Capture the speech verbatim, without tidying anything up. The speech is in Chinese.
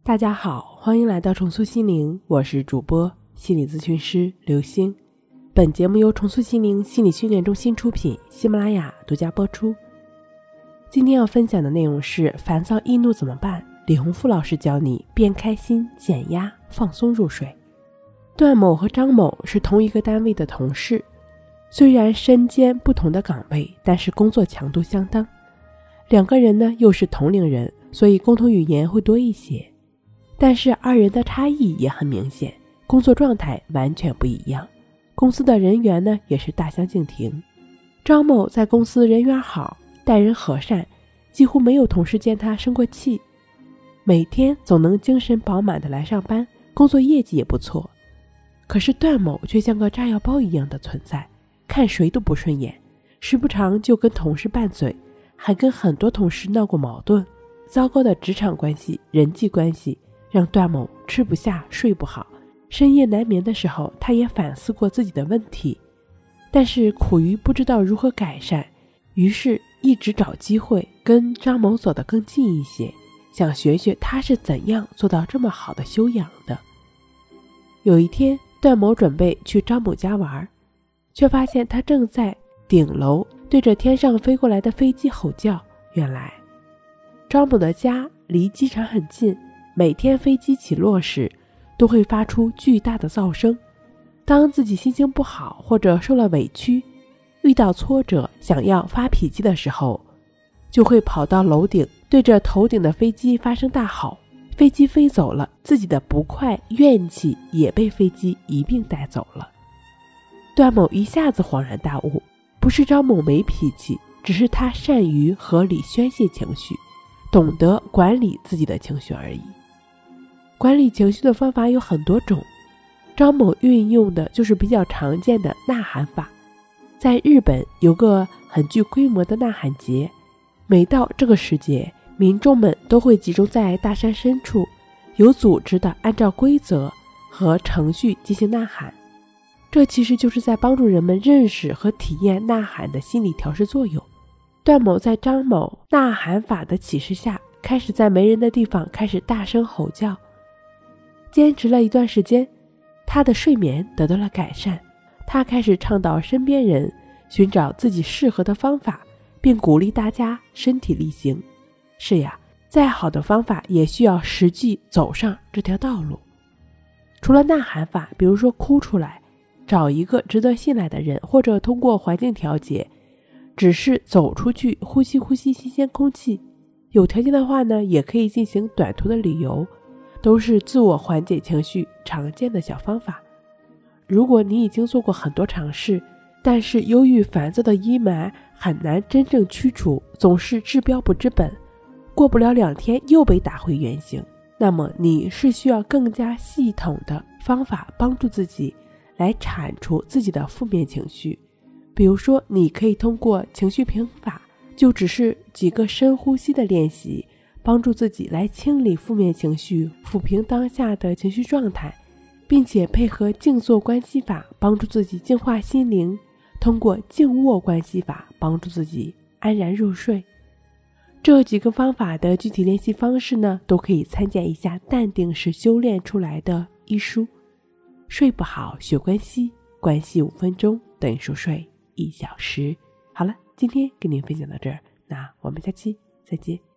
大家好，欢迎来到重塑心灵，我是主播心理咨询师刘星。本节目由重塑心灵心理训练中心出品，喜马拉雅独家播出。今天要分享的内容是烦躁易怒怎么办？李洪富老师教你变开心、减压、放松入睡。段某和张某是同一个单位的同事，虽然身兼不同的岗位，但是工作强度相当。两个人呢又是同龄人，所以共同语言会多一些。但是二人的差异也很明显，工作状态完全不一样，公司的人员呢也是大相径庭。张某在公司人缘好，待人和善，几乎没有同事见他生过气，每天总能精神饱满的来上班，工作业绩也不错。可是段某却像个炸药包一样的存在，看谁都不顺眼，时不常就跟同事拌嘴，还跟很多同事闹过矛盾。糟糕的职场关系、人际关系让段某吃不下睡不好，深夜难眠的时候他也反思过自己的问题，但是苦于不知道如何改善，于是一直找机会跟张某走得更近一些，想学学他是怎样做到这么好的修养的。有一天段某准备去张某家玩，却发现他正在顶楼对着天上飞过来的飞机吼叫。原来张某的家离机场很近，每天飞机起落时都会发出巨大的噪声。当自己心情不好或者受了委屈，遇到挫折想要发脾气的时候，就会跑到楼顶对着头顶的飞机发声大吼，飞机飞走了，自己的不快怨气也被飞机一并带走了。段某一下子恍然大悟，不是张某没脾气，只是他善于合理宣泄情绪，懂得管理自己的情绪而已。管理情绪的方法有很多种，张某运用的就是比较常见的呐喊法。在日本有个很具规模的呐喊节，每到这个时节，民众们都会集中在大山深处，有组织的按照规则和程序进行呐喊。这其实就是在帮助人们认识和体验呐喊的心理调试作用。段某在张某呐喊法的启示下，开始在没人的地方开始大声吼叫。坚持了一段时间，他的睡眠得到了改善，他开始倡导身边人寻找自己适合的方法，并鼓励大家身体力行。是呀，再好的方法也需要实际走上这条道路。除了呐喊法，比如说哭出来，找一个值得信赖的人，或者通过环境调节，只是走出去呼吸呼吸新鲜空气。有条件的话呢，也可以进行短途的旅游，都是自我缓解情绪常见的小方法。如果你已经做过很多尝试，但是忧郁烦躁的阴霾很难真正驱除，总是治标不治本，过不了两天又被打回原形，那么你是需要更加系统的方法帮助自己来铲除自己的负面情绪。比如说你可以通过情绪平衡法，就只是几个深呼吸的练习，帮助自己来清理负面情绪，抚平当下的情绪状态，并且配合静坐观息法，帮助自己净化心灵，通过静卧观息法帮助自己安然入睡。这几个方法的具体练习方式呢，都可以参见一下淡定是修炼出来的一书。睡不好学观息，观息五分钟等于熟睡一小时。好了，今天跟您分享到这儿，那我们下期再见。